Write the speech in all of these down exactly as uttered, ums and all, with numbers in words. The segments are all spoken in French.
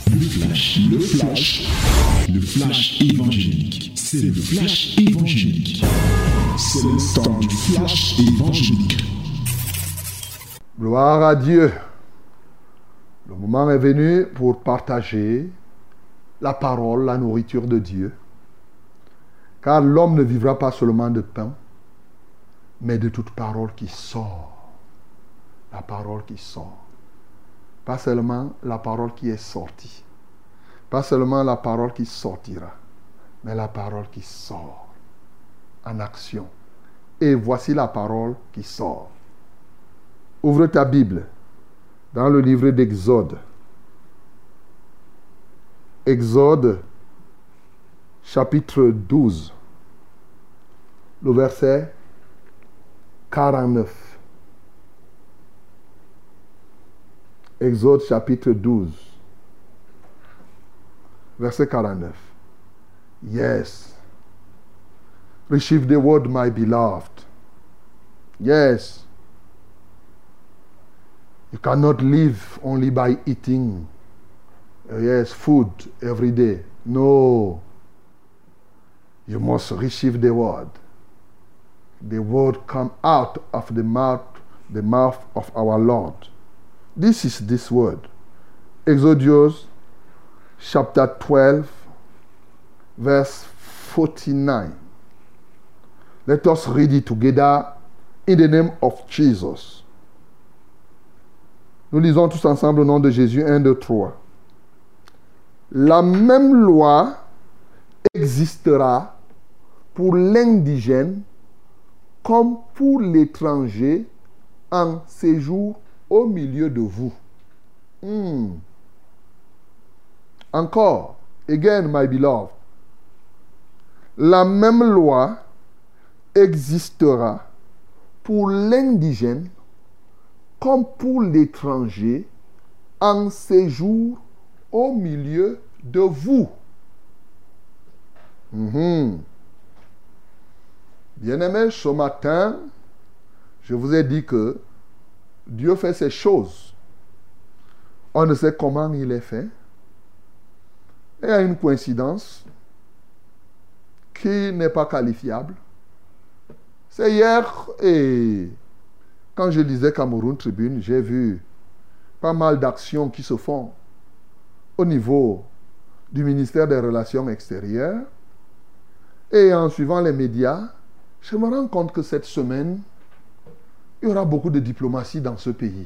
Le flash, le flash, le flash évangélique. C'est le flash évangélique. C'est le temps du flash évangélique. Gloire à Dieu. Le moment est venu pour partager la parole, la nourriture de Dieu. Car l'homme ne vivra pas seulement de pain, mais de toute parole qui sort. La parole qui sort. Pas seulement la parole qui est sortie. Pas seulement la parole qui sortira, mais la parole qui sort en action. Et voici la parole qui sort. Ouvre ta Bible dans le livre d'Exode. Exode, chapitre douze, le verset quarante-neuf. Exode, chapitre douze, verset quarante-neuf. Yes. Receive the word, my beloved. Yes. You cannot live only by eating, uh, yes, food every day. No. You must receive the word. The word come out of the mouth, the mouth of our Lord. This is this word. Exodus chapter twelve, verse forty-nine. Let us read it together in the name of Jesus. Nous lisons tous ensemble au nom de Jésus. un, deux, trois. La même loi existera pour l'indigène comme pour l'étranger en séjour au milieu de vous. Hmm. Encore. Again, my beloved. La même loi existera pour l'indigène comme pour l'étranger en séjour au milieu de vous. Mm-hmm. Bien-aimés, ce matin, je vous ai dit que Dieu fait ces choses. On ne sait comment il les fait. Et il y a une coïncidence qui n'est pas qualifiable. C'est hier, et quand je lisais Cameroun Tribune, j'ai vu pas mal d'actions qui se font au niveau du ministère des Relations extérieures. Et en suivant les médias, je me rends compte que cette semaine, il y aura beaucoup de diplomatie dans ce pays.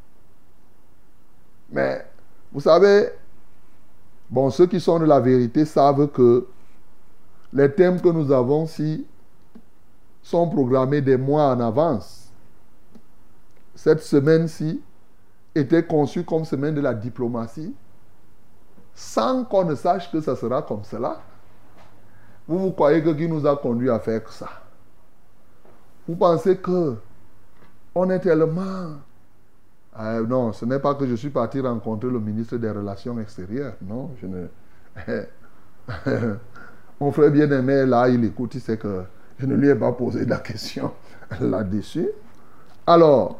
Mais, vous savez, bon, ceux qui sont de la vérité savent que les thèmes que nous avons ici sont programmés des mois en avance. Cette semaine-ci était conçue comme semaine de la diplomatie, sans qu'on ne sache que ça sera comme cela. Vous, vous croyez que qui nous a conduit à faire ça? Vous pensez que on est tellement... Euh, non, ce n'est pas que je suis parti rencontrer le ministre des Relations extérieures. Non, je ne... Mon frère bien-aimé, là, il écoute, il sait que je ne lui ai pas posé la question là-dessus. Alors,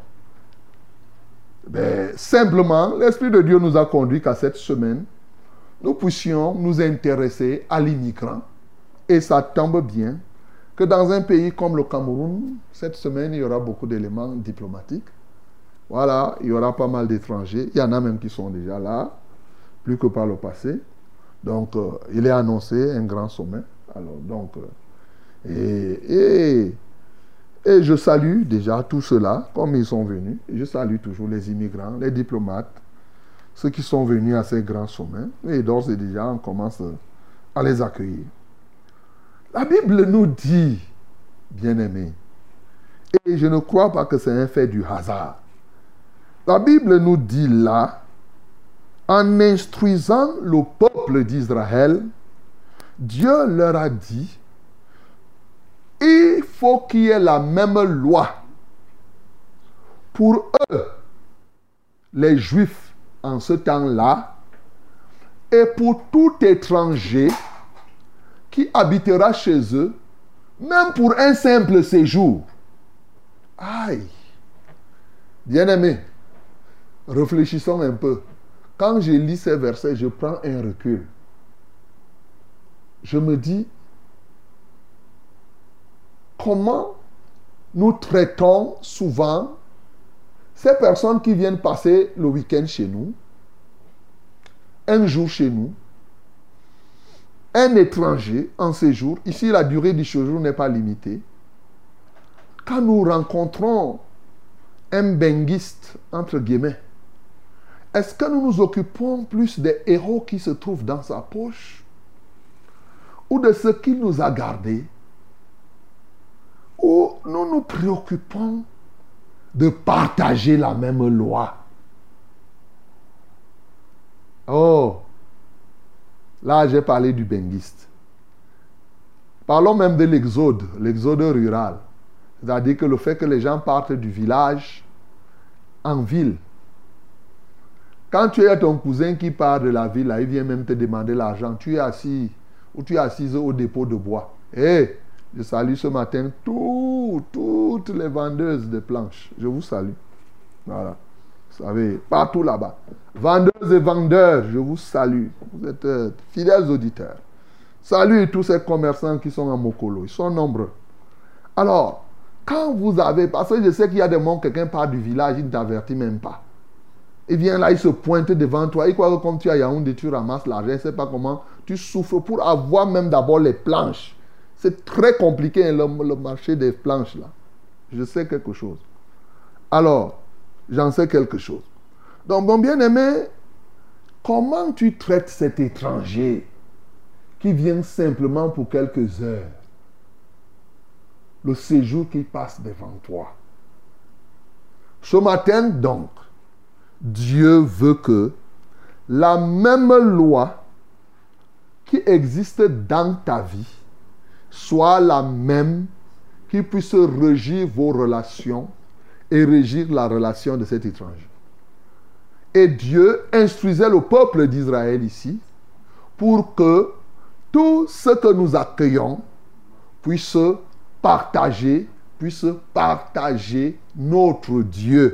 ben, simplement, l'Esprit de Dieu nous a conduit qu'à cette semaine, nous puissions nous intéresser à l'immigrant. Et ça tombe bien que dans un pays comme le Cameroun, cette semaine, il y aura beaucoup d'éléments diplomatiques. Voilà, il y aura pas mal d'étrangers. Il y en a même qui sont déjà là, plus que par le passé. Donc, euh, il est annoncé un grand sommet. Alors, donc, euh, et, et, et je salue déjà tous ceux-là, comme ils sont venus. Je salue toujours les immigrants, les diplomates, ceux qui sont venus à ces grands sommets. Et d'ores et déjà, on commence à les accueillir. La Bible nous dit, bien-aimés, et je ne crois pas que c'est un fait du hasard. La Bible nous dit là, en instruisant le peuple d'Israël, Dieu leur a dit, il faut qu'il y ait la même loi pour eux, les Juifs en ce temps-là, et pour tout étranger qui habitera chez eux, même pour un simple séjour. Aïe! Bien-aimés, réfléchissons un peu. quand je lis ces versets, je prends un recul. Je me dis, comment nous traitons souvent ces personnes qui viennent passer le week-end chez nous, un jour chez nous, un étranger en séjour. Ici, la durée du séjour n'est pas limitée. Quand nous rencontrons un benguiste, entre guillemets, est-ce que nous nous occupons plus des héros qui se trouvent dans sa poche ou de ce qu'il nous a gardés, ou nous nous préoccupons de partager la même loi? Oh, là j'ai parlé du benguiste. Parlons même de l'exode, l'exode rural. C'est-à-dire que le fait que les gens partent du village en ville. Quand tu es à ton cousin qui part de la ville, là, il vient même te demander l'argent. Tu es assis ou tu es assise au dépôt de bois. Hé, hey, je salue ce matin tout, toutes les vendeuses de planches. Je vous salue. Voilà. Vous savez, partout là-bas. Vendeuses et vendeurs, je vous salue. Vous êtes euh, fidèles auditeurs. Salut tous ces commerçants qui sont en Mokolo. Ils sont nombreux. Alors, quand vous avez... Parce que je sais qu'il y a des moments, quelqu'un part du village, il ne t'avertit même pas. Il vient là, il se pointe devant toi. Il croit que comme tu as Yaoundé, tu ramasses l'argent. Je ne sais pas comment. Tu souffres pour avoir même d'abord les planches. C'est très compliqué, le, le marché des planches là. Je sais quelque chose. Alors, j'en sais quelque chose. Donc, mon bien-aimé, comment tu traites cet étranger qui vient simplement pour quelques heures? Le séjour qui passe devant toi. Ce matin, donc, Dieu veut que la même loi qui existe dans ta vie soit la même qui puisse régir vos relations et régir la relation de cet étranger. Et Dieu instruisait le peuple d'Israël ici pour que tout ce que nous accueillons puisse partager, puisse partager notre Dieu.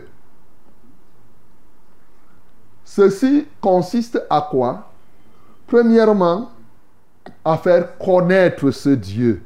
Ceci consiste à quoi? Premièrement, à faire connaître ce Dieu.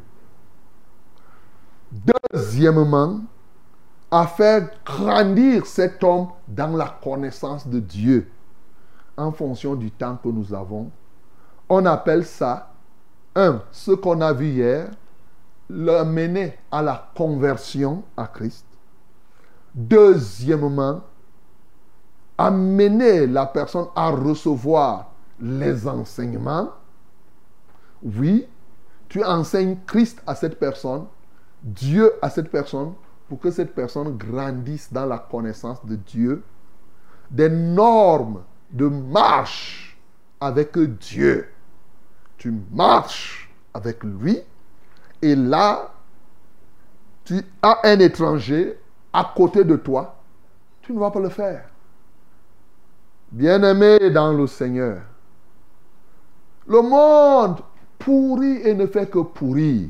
Deuxièmement, à faire grandir cet homme dans la connaissance de Dieu en fonction du temps que nous avons. On appelle ça, un, ce qu'on a vu hier, l'amener à la conversion à Christ. Deuxièmement, amener la personne à recevoir les enseignements. Oui, tu enseignes Christ à cette personne, Dieu à cette personne, pour que cette personne grandisse dans la connaissance de Dieu, des normes de marche avec Dieu. Tu marches avec lui, et là, tu as un étranger à côté de toi, tu ne vas pas le faire. Bien-aimé dans le Seigneur, le monde pourrit et ne fait que pourrir.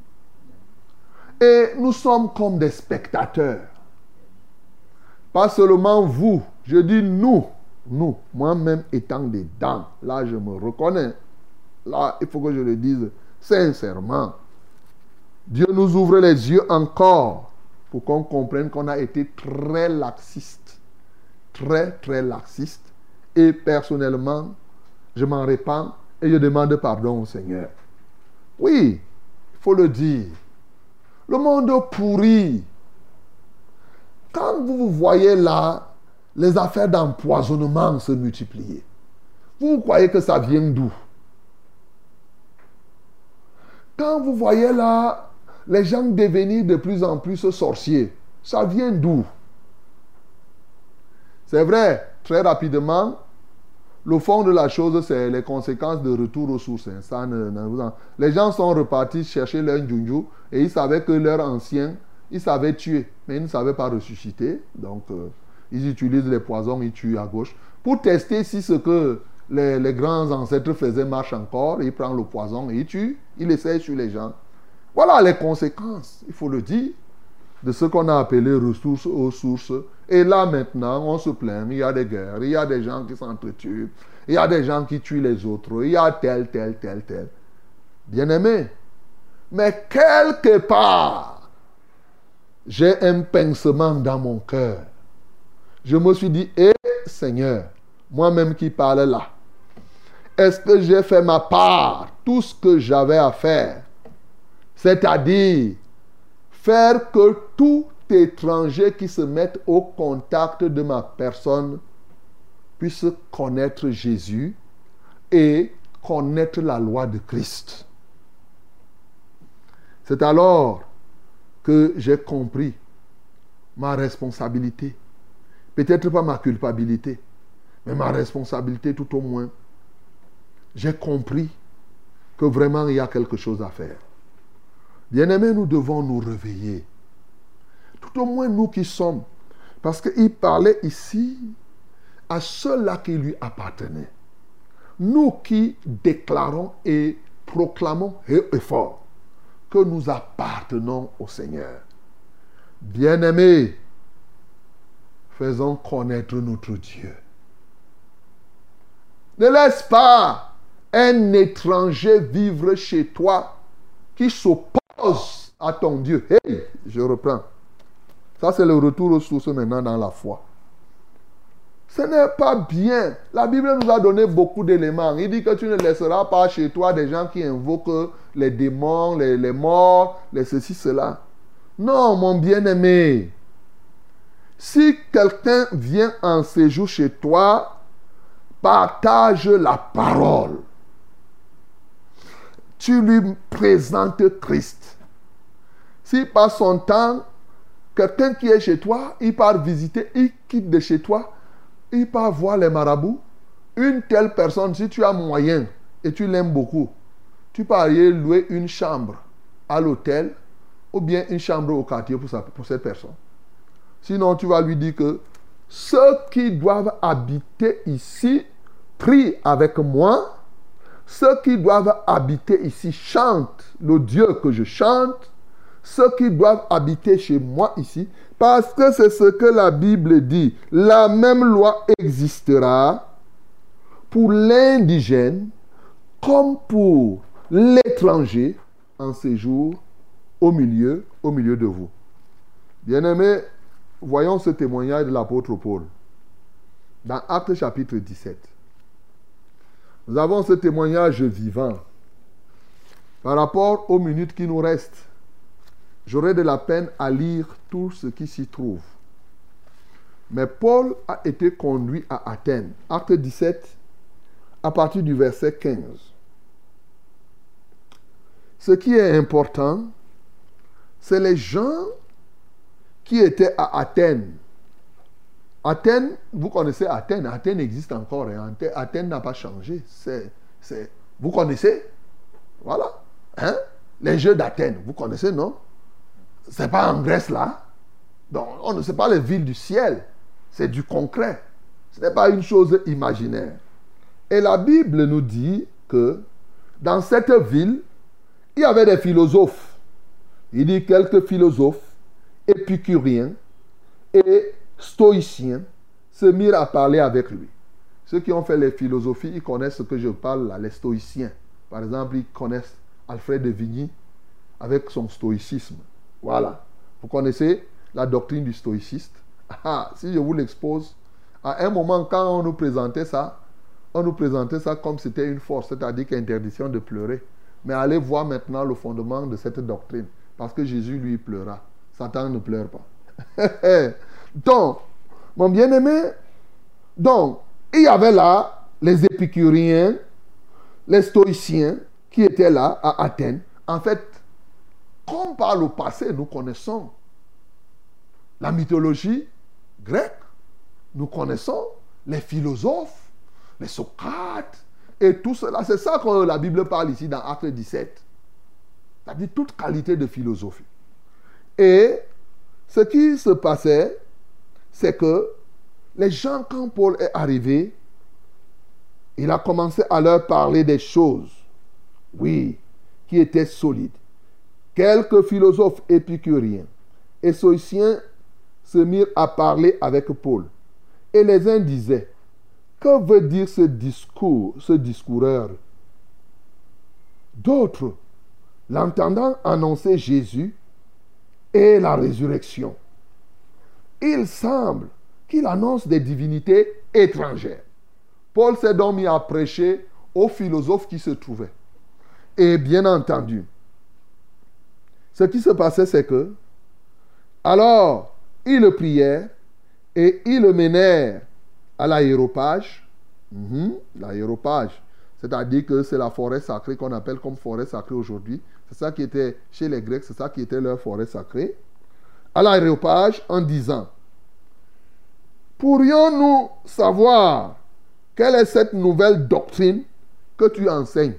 Et nous sommes comme des spectateurs. Pas seulement vous, je dis nous, nous, moi-même étant dedans. Là, je me reconnais. Là, il faut que je le dise sincèrement. Dieu nous ouvre les yeux encore pour qu'on comprenne qu'on a été très laxiste. Très, très laxiste. Et personnellement, je m'en répands et je demande pardon au Seigneur. Oui, il faut le dire. Le monde pourrit. Quand vous voyez là les affaires d'empoisonnement se multiplier, vous croyez que ça vient d'où? Quand vous voyez là les gens devenir de plus en plus sorciers, ça vient d'où? C'est vrai, très rapidement, le fond de la chose, c'est les conséquences de retour aux sources. Ça ne, ne, les gens sont repartis chercher leur njunju et ils savaient que leur ancien, ils savaient tuer, mais ils ne savaient pas ressusciter. Donc, euh, ils utilisent les poisons, ils tuent à gauche. Pour tester si ce que les, les grands ancêtres faisaient marche encore, ils prennent le poison et ils tuent, ils essayent sur les gens. Voilà les conséquences, il faut le dire. de ce qu'on a appelé ressources aux sources. Et là maintenant, on se plaint, il y a des guerres, il y a des gens qui s'entretuent, il y a des gens qui tuent les autres, il y a tel, tel, tel, tel. Bien-aimé, mais quelque part, j'ai un pincement dans mon cœur. Je me suis dit, hé Seigneur, moi-même qui parle là, est-ce que j'ai fait ma part, tout ce que j'avais à faire? C'est-à-dire, faire que tout étranger qui se mette au contact de ma personne puisse connaître Jésus et connaître la loi de Christ. C'est alors que j'ai compris ma responsabilité. Peut-être pas ma culpabilité, mais ma responsabilité tout au moins. J'ai compris que vraiment il y a quelque chose à faire. Bien-aimés, nous devons nous réveiller. Tout au moins nous qui sommes. Parce qu'il parlait ici à ceux-là qui lui appartenaient. Nous qui déclarons et proclamons haut et fort que nous appartenons au Seigneur. Bien-aimés, faisons connaître notre Dieu. Ne laisse pas un étranger vivre chez toi qui s'oppose à ton Dieu. Hey, je reprends. Ça, c'est le retour aux sources maintenant dans la foi. Ce n'est pas bien. La Bible nous a donné beaucoup d'éléments. Il dit que tu ne laisseras pas chez toi des gens qui invoquent les démons, les, les morts, les ceci, cela. Non, mon bien-aimé. Si quelqu'un vient en séjour chez toi, partage la parole. Tu lui présentes Christ. S'il passe son temps, quelqu'un qui est chez toi, il part visiter, il quitte de chez toi, il part voir les marabouts. Une telle personne, si tu as moyen et tu l'aimes beaucoup, tu peux aller louer une chambre à l'hôtel ou bien une chambre au quartier pour, sa, pour cette personne. Sinon, tu vas lui dire que ceux qui doivent habiter ici prient avec moi. Ceux qui doivent habiter ici chantent le Dieu que je chante. Ceux qui doivent habiter chez moi ici, parce que c'est ce que la Bible dit. La même loi existera pour l'indigène comme pour l'étranger en séjour au milieu, au milieu de vous. Bien-aimés, voyons ce témoignage de l'apôtre Paul dans Actes chapitre dix-sept. Nous avons ce témoignage vivant. Par rapport aux minutes qui nous restent, j'aurai de la peine à lire tout ce qui s'y trouve. Mais Paul a été conduit à Athènes. Acte dix-sept, à partir du verset quinze. Ce qui est important, c'est les gens qui étaient à Athènes. Athènes, vous connaissez Athènes. Athènes existe encore. Hein. Athènes n'a pas changé. C'est, c'est, vous connaissez? Voilà. Hein? Les Jeux d'Athènes, vous connaissez, non? Ce n'est pas en Grèce, là. Donc, on ne sait pas les villes du ciel. C'est du concret. Ce n'est pas une chose imaginaire. Et la Bible nous dit que dans cette ville, il y avait des philosophes. Il dit quelques philosophes, épicuriens et stoïciens se mirent à parler avec lui. Ceux qui ont fait les philosophies, ils connaissent ce que je parle là, les stoïciens. Par exemple, ils connaissent Alfred de Vigny avec son stoïcisme. Voilà. Vous connaissez la doctrine du stoïciste? Ah, si je vous l'expose, à un moment, quand on nous présentait ça, on nous présentait ça comme c'était une force, c'est-à-dire qu'interdiction de pleurer. Mais allez voir maintenant le fondement de cette doctrine. Parce que Jésus, lui, pleura. Satan ne pleure pas. Donc, mon bien-aimé, donc, il y avait là les épicuriens, les stoïciens qui étaient là à Athènes. En fait, comme par le passé, nous connaissons la mythologie grecque, nous connaissons les philosophes, les Socrates et tout cela. C'est ça que la Bible parle ici dans Acte dix-sept. C'est-à-dire toute qualité de philosophie. Et ce qui se passait, c'est que les gens, quand Paul est arrivé, il a commencé à leur parler des choses, oui, qui étaient solides. Quelques philosophes épicuriens et Stoïciens se mirent à parler avec Paul. Et les uns disaient, que veut dire ce discours, ce discoureur? D'autres, l'entendant annoncer Jésus et la résurrection, il semble qu'il annonce des divinités étrangères. Paul s'est donc mis à prêcher aux philosophes qui se trouvaient. Et bien entendu, ce qui se passait, c'est que, alors, ils le prièrent et ils le menèrent à l'aéropage. Mm-hmm, l'aéropage, c'est-à-dire que c'est la forêt sacrée qu'on appelle comme forêt sacrée aujourd'hui. C'est ça qui était chez les Grecs, c'est ça qui était leur forêt sacrée. À l'aéropage en disant, pourrions-nous savoir quelle est cette nouvelle doctrine que tu enseignes?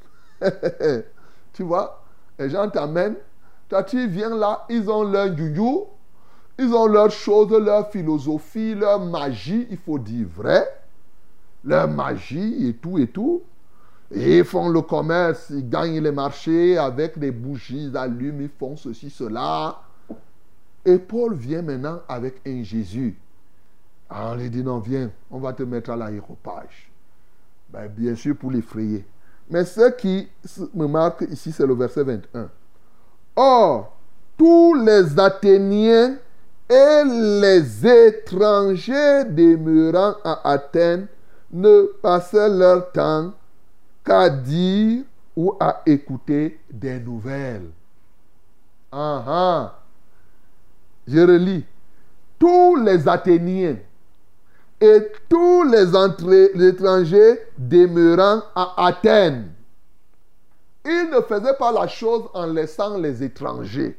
Tu vois, les gens t'amènent, toi tu viens là, ils ont leur joujou, ils ont leurs choses, leur philosophie, leur magie, il faut dire vrai, leur magie et tout et tout. Et ils font le commerce, ils gagnent les marchés avec des bougies, ils allument, ils font ceci, cela. Et Paul vient maintenant avec un Jésus. Alors on lui dit, non, viens, on va te mettre à l'aéropage. Ben, bien sûr, pour l'effrayer. Mais ce qui me marque ici, c'est le verset vingt et un. Or, tous les Athéniens et les étrangers demeurant à Athènes ne passaient leur temps qu'à dire ou à écouter des nouvelles. Ah ah. Je relis. Tous les Athéniens et tous les, entrées, les étrangers demeurant à Athènes. Ils ne faisaient pas la chose en laissant les étrangers.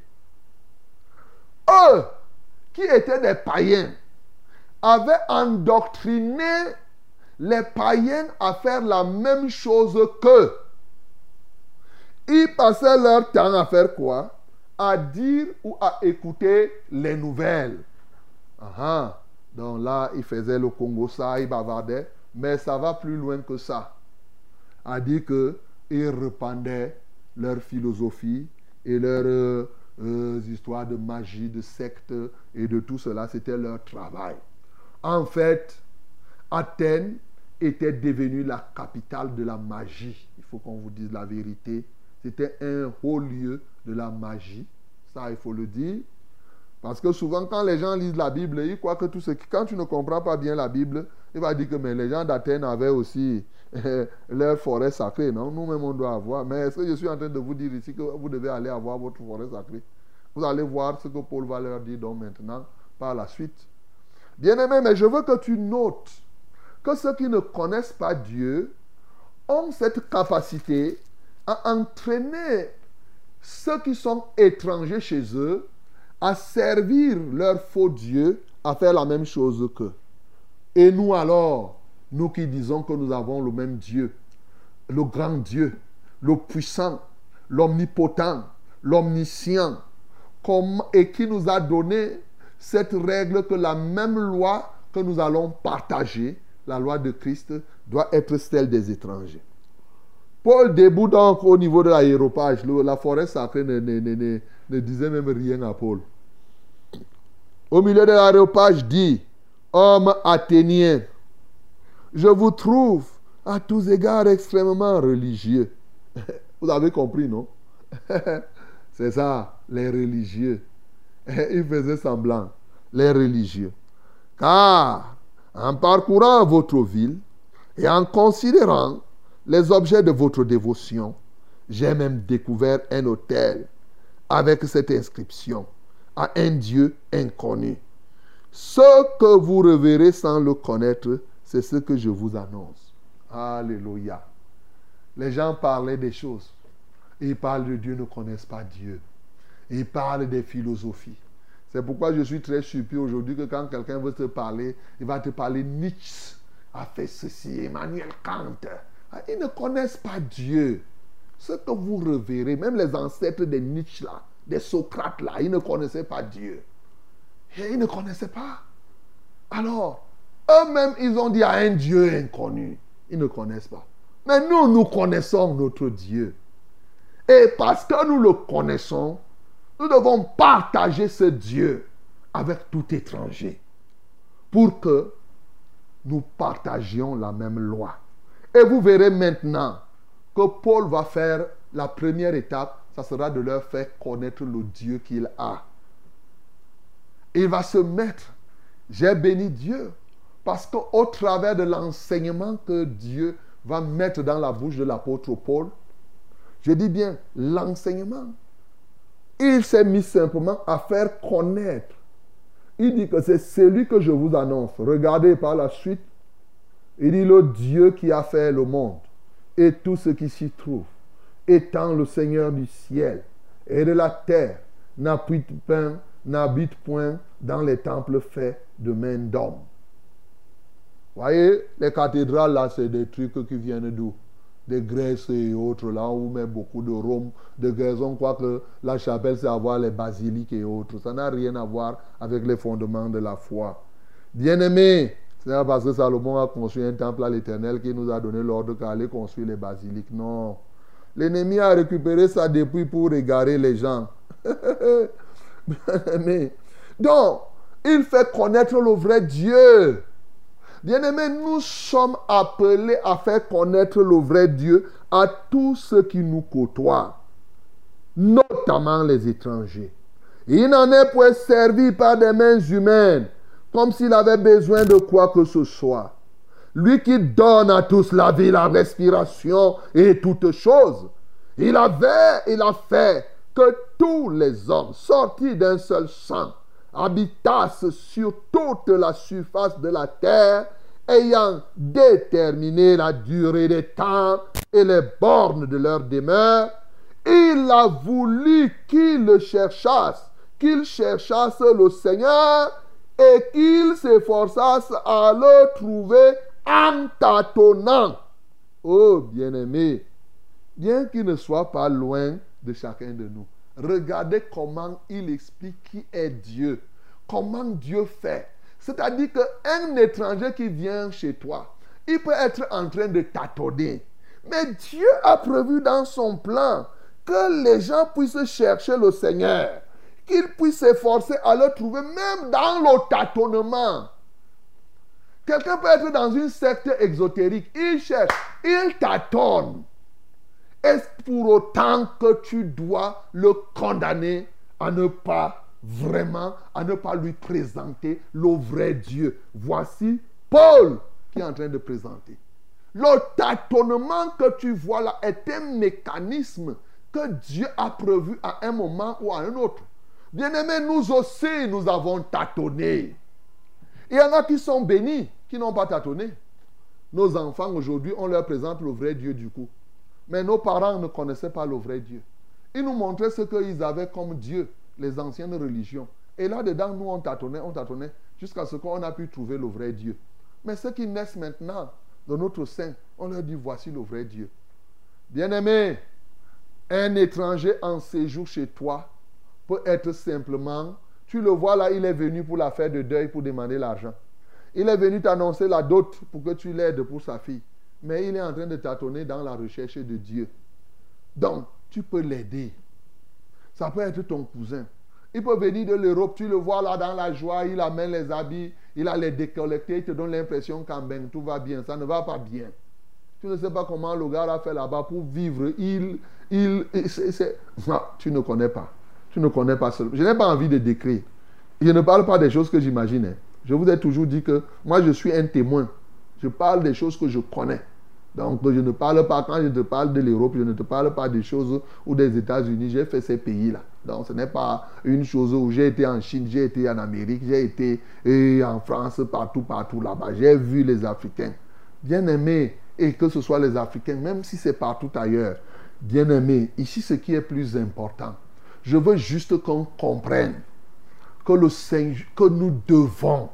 Eux, qui étaient des païens, avaient endoctriné les païens à faire la même chose qu'eux. Ils passaient leur temps à faire quoi? À dire ou à écouter les nouvelles. Ah, donc là, ils faisaient le Congo, ça, ils bavardaient, mais ça va plus loin que ça. À dire qu'ils répandaient leur philosophie et leurs euh, euh, histoires de magie, de secte et de tout cela, c'était leur travail. En fait, Athènes était devenue la capitale de la magie. Il faut qu'on vous dise la vérité. C'était un haut lieu de la magie. Ça, il faut le dire. Parce que souvent, quand les gens lisent la Bible, ils croient que tout ce qui... Quand tu ne comprends pas bien la Bible, il va dire que mais les gens d'Athènes avaient aussi euh, leur forêt sacrée. Non, nous-mêmes, on doit avoir. Mais est-ce que je suis en train de vous dire ici que vous devez aller avoir votre forêt sacrée? Vous allez voir ce que Paul va leur dire donc maintenant par la suite. Bien-aimé, mais je veux que tu notes que ceux qui ne connaissent pas Dieu ont cette capacité à entraîner ceux qui sont étrangers chez eux à servir leur faux Dieu, à faire la même chose qu'eux. Et nous alors, nous qui disons que nous avons le même Dieu, le grand Dieu, le puissant, l'omnipotent, l'omniscient, comme, et qui nous a donné cette règle que la même loi que nous allons partager, la loi de Christ, doit être celle des étrangers. Paul debout donc au niveau de l'aéropage, la forêt sacrée ne, ne, ne, ne, ne disait même rien à Paul. Au milieu de l'aéropage dit, homme athénien, je vous trouve à tous égards extrêmement religieux. Vous avez compris, non? C'est ça, les religieux. Ils faisaient semblant, les religieux. Car, en parcourant votre ville et en considérant les objets de votre dévotion, j'ai même découvert un autel avec cette inscription à un Dieu inconnu. Ce que vous reverrez sans le connaître, c'est ce que je vous annonce. Alléluia. Les gens parlaient des choses. Ils parlent de Dieu, ne connaissent pas Dieu. Ils parlent des philosophies. C'est pourquoi je suis très surpris aujourd'hui que quand quelqu'un veut te parler, il va te parler Nietzsche a fait ceci, Emmanuel Kant. Ils ne connaissent pas Dieu. Ce que vous reverrez, même les ancêtres des Nietzsche là, des Socrates là, ils ne connaissaient pas Dieu. Et ils ne connaissaient pas. Alors, eux-mêmes, ils ont dit à un Dieu inconnu. Ils ne connaissent pas. Mais nous, nous connaissons notre Dieu. Et parce que nous le connaissons, Nous devons partager ce Dieu avec tout étranger pour que nous partagions la même loi. Et vous verrez maintenant que Paul va faire la première étape, ça sera de leur faire connaître le Dieu qu'il a. Il va se mettre, j'ai béni Dieu, parce qu'au travers de l'enseignement que Dieu va mettre dans la bouche de l'apôtre Paul, je dis bien l'enseignement, il s'est mis simplement à faire connaître. Il dit que c'est celui que je vous annonce. Regardez par la suite, il dit le Dieu qui a fait le monde et tout ce qui s'y trouve, étant le Seigneur du ciel et de la terre, n'habite point, n'habite point dans les temples faits de main d'homme. Voyez, les cathédrales là, c'est des trucs qui viennent d'où? De Grèce et autres, là où on met beaucoup de Rome, de Grèce. On croit que la chapelle, c'est avoir les basiliques et autres. Ça n'a rien à voir avec les fondements de la foi. Bien-aimés, ce n'est pas parce que Salomon a construit un temple à l'Éternel qu'il nous a donné l'ordre d'aller construire les basiliques. Non. L'ennemi a récupéré sa dépouille pour égarer les gens. Bien-aimés. Donc, il fait connaître le vrai Dieu. Bien-aimés, nous sommes appelés à faire connaître le vrai Dieu à tous ceux qui nous côtoient, notamment les étrangers. Il n'en est point servi par des mains humaines, comme s'il avait besoin de quoi que ce soit. Lui qui donne à tous la vie, la respiration et toutes choses. Il avait, il a fait que tous les hommes sortis d'un seul sang habitassent sur toute la surface de la terre, ayant déterminé la durée des temps et les bornes de leur demeure. Il a voulu qu'ils le cherchassent, qu'ils cherchassent le Seigneur et qu'ils s'efforçassent à le trouver en tâtonnant. Oh bien-aimé, bien qu'il ne soit pas loin de chacun de nous, regardez comment il explique qui est Dieu, comment Dieu fait. C'est-à-dire qu'un étranger qui vient chez toi, il peut être en train de tâtonner. Mais Dieu a prévu dans son plan que les gens puissent chercher le Seigneur, qu'ils puissent s'efforcer à le trouver même dans le tâtonnement. Quelqu'un peut être dans une secte exotérique, il cherche, il tâtonne. Est-ce pour autant que tu dois le condamner à ne pas vraiment, à ne pas lui présenter le vrai Dieu? Voici Paul qui est en train de présenter. Le tâtonnement que tu vois là est un mécanisme que Dieu a prévu à un moment ou à un autre. Bien-aimés, nous aussi, nous avons tâtonné. Il y en a qui sont bénis, qui n'ont pas tâtonné. Nos enfants aujourd'hui, on leur présente le vrai Dieu du coup. Mais nos parents ne connaissaient pas le vrai Dieu. Ils nous montraient ce qu'ils avaient comme Dieu, les anciennes religions. Et là-dedans, nous, on tâtonnait, on tâtonnait, jusqu'à ce qu'on a pu trouver le vrai Dieu. Mais ceux qui naissent maintenant de notre sein, on leur dit, voici le vrai Dieu. Bien-aimé, un étranger en séjour chez toi peut être simplement, tu le vois là, il est venu pour la faire de deuil, pour demander l'argent. Il est venu t'annoncer la dot pour que tu l'aides pour sa fille. Mais il est en train de tâtonner dans la recherche de Dieu. Donc, tu peux l'aider. Ça peut être ton cousin. Il peut venir de l'Europe, tu le vois là dans la joie, il amène les habits, il a les décollectés, il te donne l'impression qu'en ben, tout va bien. Ça ne va pas bien. Tu ne sais pas comment le gars a fait là-bas pour vivre. Il, il, c'est, c'est... Non, tu ne connais pas. Tu ne connais pas seulement. Je n'ai pas envie de décrire. Je ne parle pas des choses que j'imagine. Je vous ai toujours dit que moi, je suis un témoin. Je parle des choses que je connais. Donc, je ne parle pas, quand je te parle de l'Europe, je ne te parle pas des choses ou des États-Unis. J'ai fait ces pays-là. Donc, ce n'est pas une chose où j'ai été en Chine, j'ai été en Amérique, j'ai été et en France, partout, partout là-bas. J'ai vu les Africains. Bien aimés, et que ce soit les Africains, même si c'est partout ailleurs. Bien aimés, ici, ce qui est plus important, je veux juste qu'on comprenne que, le Seigneur, que nous devons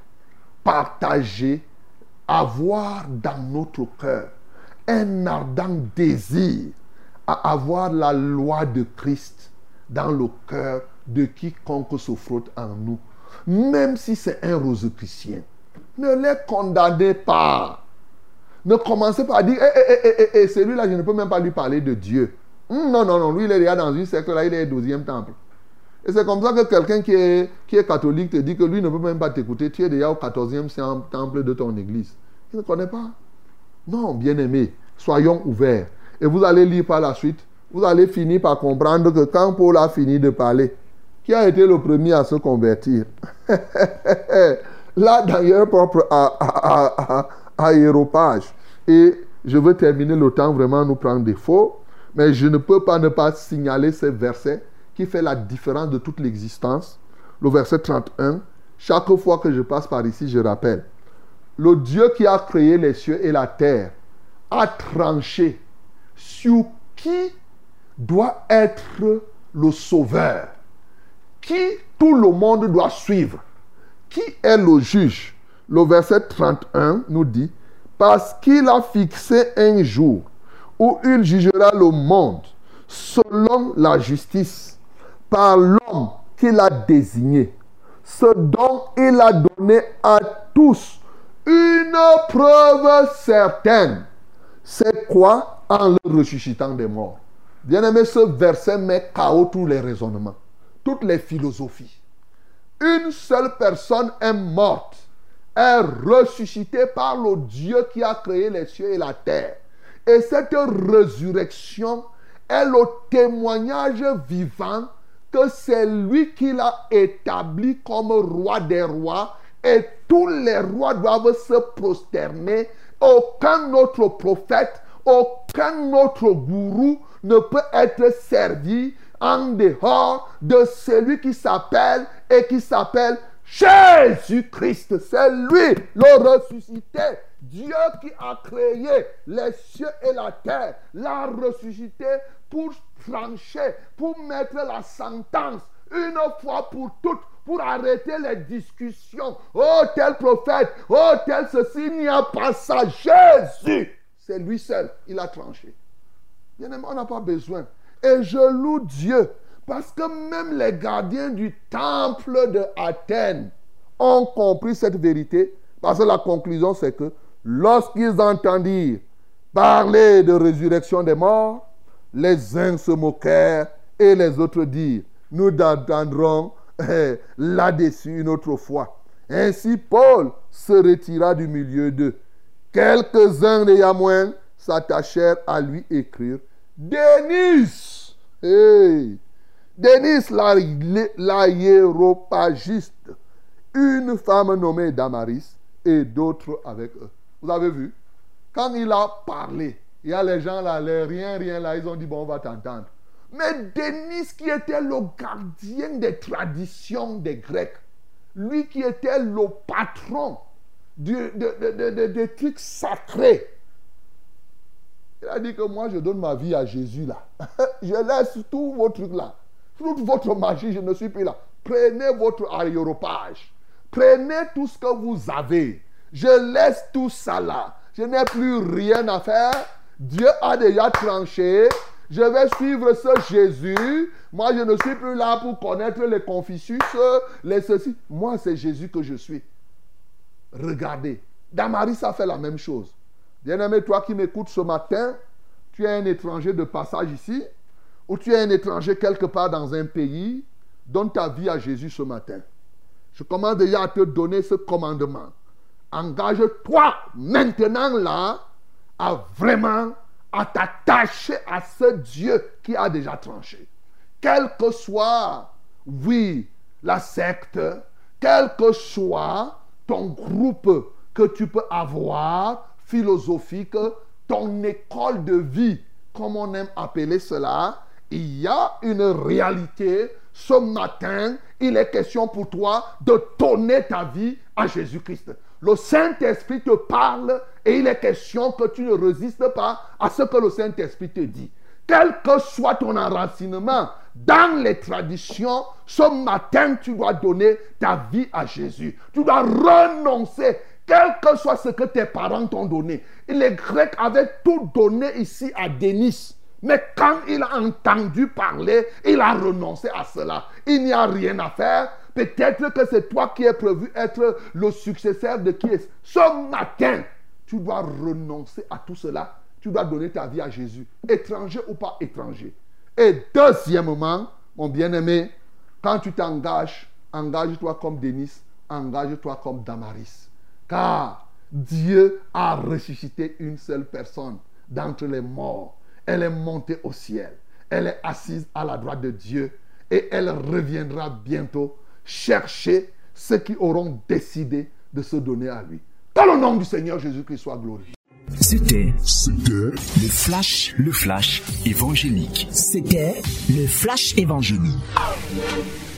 partager, avoir dans notre cœur un ardent désir à avoir la loi de Christ dans le cœur de quiconque se frotte en nous, même si c'est un rosicrucien. Ne les condamnez pas. Ne commencez pas à dire, eh, eh, eh, eh, eh, celui-là, je ne peux même pas lui parler de Dieu. Non, non, non, lui, il est déjà dans une secte, là, il est au douzième temple. Et c'est comme ça que quelqu'un qui est, qui est catholique te dit que lui ne peut même pas t'écouter. Tu es déjà au quatorzième temple de ton église. Il ne connaît pas. Non, bien-aimés, soyons ouverts. Et vous allez lire par la suite, vous allez finir par comprendre que quand Paul a fini de parler, qui a été le premier à se convertir? Là, d'ailleurs, propre à, à, à, à, à Aéropage. Et je veux terminer, le temps vraiment nous prend défaut, mais je ne peux pas ne pas signaler ce verset qui fait la différence de toute l'existence. Le verset trente et un, chaque fois que je passe par ici, je rappelle. Le Dieu qui a créé les cieux et la terre a tranché sur qui doit être le sauveur, qui tout le monde doit suivre, qui est le juge. Le verset trente et un nous dit, parce qu'il a fixé un jour où il jugera le monde selon la justice par l'homme qu'il a désigné, ce dont il a donné à tous une preuve certaine. C'est quoi? En le ressuscitant des morts. Bien-aimé, ce verset met K O tous les raisonnements, toutes les philosophies. Une seule personne est morte, est ressuscitée par le Dieu qui a créé les cieux et la terre. Et cette résurrection est le témoignage vivant que c'est lui qui l'a établi comme roi des rois. Et tous les rois doivent se prosterner. Aucun autre prophète, aucun autre gourou ne peut être servi en dehors de celui qui s'appelle et qui s'appelle Jésus-Christ. C'est lui, le ressuscité. Dieu qui a créé les cieux et la terre l'a ressuscité pour trancher, pour mettre la sentence une fois pour toutes, pour arrêter les discussions. Oh, tel prophète, oh, tel ceci, il n'y a pas ça. Jésus, c'est lui seul, il a tranché. Bien-aimé, on n'a pas besoin. Et je loue Dieu, parce que même les gardiens du temple de Athènes ont compris cette vérité, parce que la conclusion, c'est que lorsqu'ils entendirent parler de résurrection des morts, les uns se moquèrent et les autres dirent, nous entendrons eh, là-dessus une autre fois. Ainsi, Paul se retira du milieu d'eux. Quelques-uns des Yamoins s'attachèrent à lui écrire. Denis, hey, Denis l'aéropagiste, une femme nommée Damaris et d'autres avec eux. Vous avez vu? Quand il a parlé, il y a les gens là, les rien, rien là, ils ont dit bon, on va t'entendre. Mais Denis qui était le gardien des traditions des Grecs, lui qui était le patron des de, de, de, de, de trucs sacrés, il a dit que moi je donne ma vie à Jésus là. Je laisse tous vos trucs là. Toute votre magie, je ne suis plus là. Prenez votre aéropage. Prenez tout ce que vous avez. Je laisse tout ça là. Je n'ai plus rien à faire. Dieu a déjà tranché. Je vais suivre ce Jésus. Moi, je ne suis plus là pour connaître les Confucius, les ceci. Moi, c'est Jésus que je suis. Regardez. Damaris a fait la même chose. Bien-aimé, toi qui m'écoutes ce matin, tu es un étranger de passage ici, ou tu es un étranger quelque part dans un pays, donne ta vie à Jésus ce matin. Je commence déjà à te donner ce commandement. Engage-toi maintenant là à vraiment à t'attacher à ce Dieu qui a déjà tranché. Quel que soit, oui, la secte, quel que soit ton groupe que tu peux avoir, philosophique, ton école de vie, comme on aime appeler cela, il y a une réalité. Ce matin, il est question pour toi de donner ta vie à Jésus-Christ. Le Saint-Esprit te parle et il est question que tu ne résistes pas à ce que le Saint-Esprit te dit. Quel que soit ton enracinement dans les traditions, ce matin, tu dois donner ta vie à Jésus. Tu dois renoncer, quel que soit ce que tes parents t'ont donné. Et les Grecs avaient tout donné ici à Denis. Mais quand il a entendu parler, il a renoncé à cela. Il n'y a rien à faire. Peut-être que c'est toi qui es prévu être le successeur de qui est. Ce matin, tu dois renoncer à tout cela. Tu dois donner ta vie à Jésus. Étranger ou pas étranger. Et deuxièmement, mon bien-aimé, Quand tu t'engages, engage-toi comme Denis, engage-toi comme Damaris. Car Dieu a ressuscité une seule personne d'entre les morts. Elle est montée au ciel. Elle est assise à la droite de Dieu. Et elle reviendra bientôt chercher ceux qui auront décidé de se donner à lui. Que le nom du Seigneur Jésus-Christ soit glorifié. C'était C'était le flash, le flash évangélique. C'était le flash évangélique.